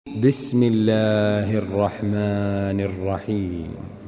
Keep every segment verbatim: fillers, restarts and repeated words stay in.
بسم الله الرحمن الرحيم.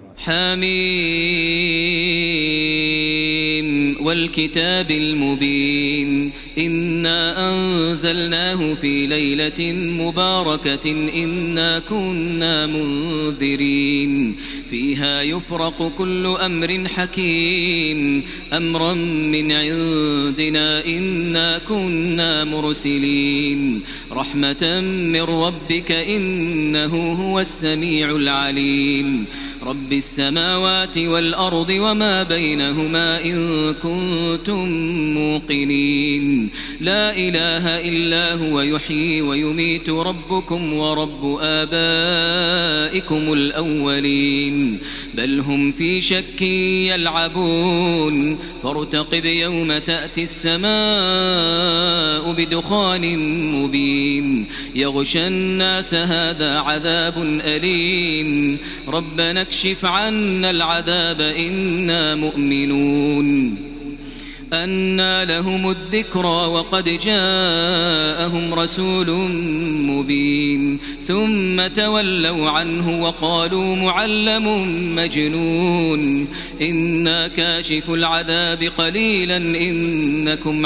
حميم والكتاب المبين إنا أنزلناه في ليلة مباركة إنا كنا منذرين فيها يفرق كل أمر حكيم أمرا من عندنا إنا كنا مرسلين رحمة من ربك إنه هو السميع العليم رب السماوات والأرض وما بينهما إن كنتم موقنين لا إله إلا هو يحيي ويميت ربكم ورب آبائكم الأولين بل هم في شك يلعبون فارتقب يوم تأتي السماء بدخان مبين يغشى الناس هذا عذاب أليم ربنا اكشف عنا العذاب إنا مؤمنون أنى لهم الذكرى وقد جاءهم رسول مبين ثم تولوا عنه وقالوا معلم مجنون إنا كاشف العذاب قليلا إنكم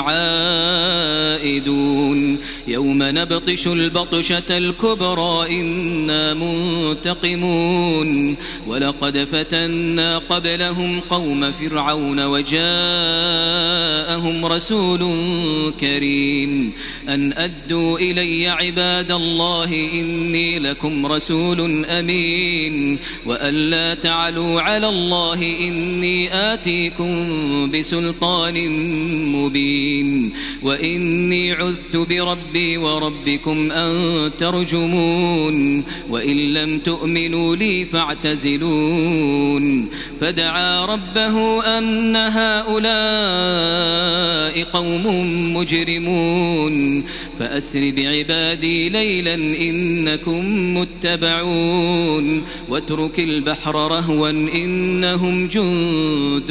عائدون يوم نبطش البطشة الكبرى إنا منتقمون ولقد فتنا قبلهم قوم فرعون وجاء جاءهم رسول كريم أن أدوا إلي عباد الله إني لكم رسول أمين وأن لا تعلوا على الله إني آتيكم بسلطان مبين وإني عذت بربي وربكم أن ترجمون وإن لم تؤمنوا لي فاعتزلون فدعا ربه أن هؤلاء قوم مجرمون فأسر بعبادي ليلا إنكم متبعون واترك البحر رهوا إنهم جند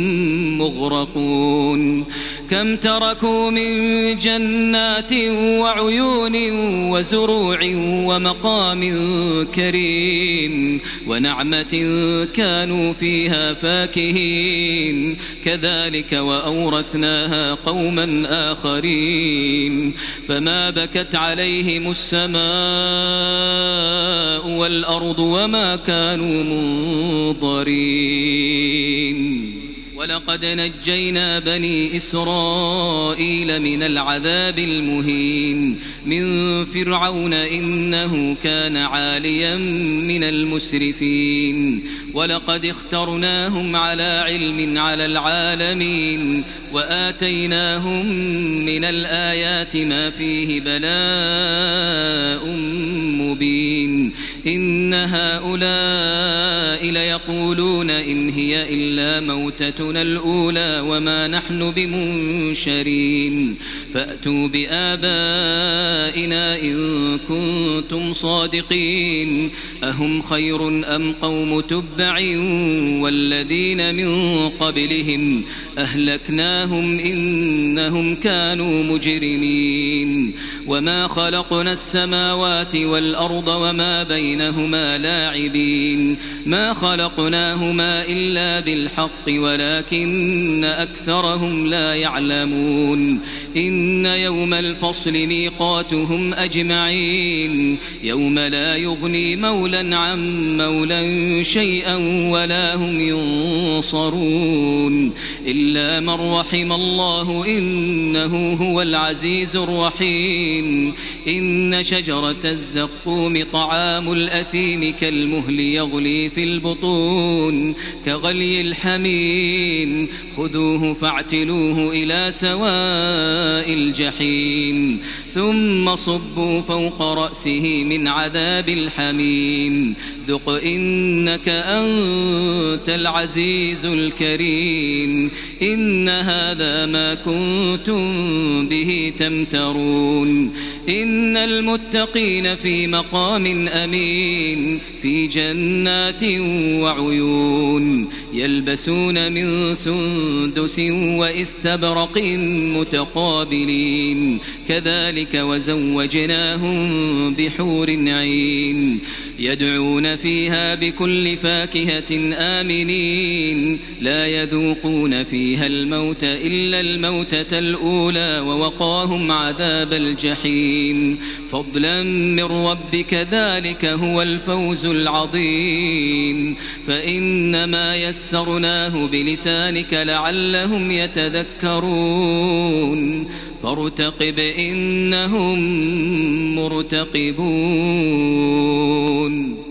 مغرقون كم تركوا من جنات وعيون وزروع ومقام كريم ونعمة كانوا فيها فاكهين كذلك وأورثناها قوما آخرين فما بكت عليهم السماء والأرض وما كانوا منظرين ولقد نجينا بني إسرائيل من العذاب المهين من فرعون إنه كان عاليا من المسرفين ولقد اخترناهم على علم على العالمين وآتيناهم من الآيات ما فيه بلاء مبين إن هؤلاء ليقولون إن هي إلا موتتنا الأولى وما نحن بمنشرين فأتوا بآبائنا إن كنتم صادقين أهم خير أم قوم تبع والذين من قبلهم أهلكناهم إنهم كانوا مجرمين وما خلقنا السماوات والأرض وما بينهما لاعبين ما خلقناهما إلا بالحق ولكن أكثرهم لا يعلمون إن يوم الفصل ميقاتهم أجمعين يوم لا يغني مولا عن مولا شيئا ولا هم ينصرون إلا من رحم الله إنه هو العزيز الرحيم إن شجرة الزقوم طعام الأثيم كالمهل يغلي في البطون كغلي الحميم خذوه فاعتلوه إلى سواء الجحيم ثم صبوا فوق رأسه من عذاب الحميم ذق إنك أنت العزيز الكريم إن هذا ما كنتم به تمترون إن المتقين في مقام أمين في جنات وعيون يلبسون من سندس وإستبرق متقابلين كذلك وزوجناهم بحور عين يدعون فيها بكل فاكهة آمنين لا يذوقون فيها الموت إلا الموتة الأولى ووقاهم عذاب الجحيم فضلا من ربك ذلك هو الفوز العظيم فإنما يسرناه بلسانك لعلهم يتذكرون فارتقب إنهم مرتقبون.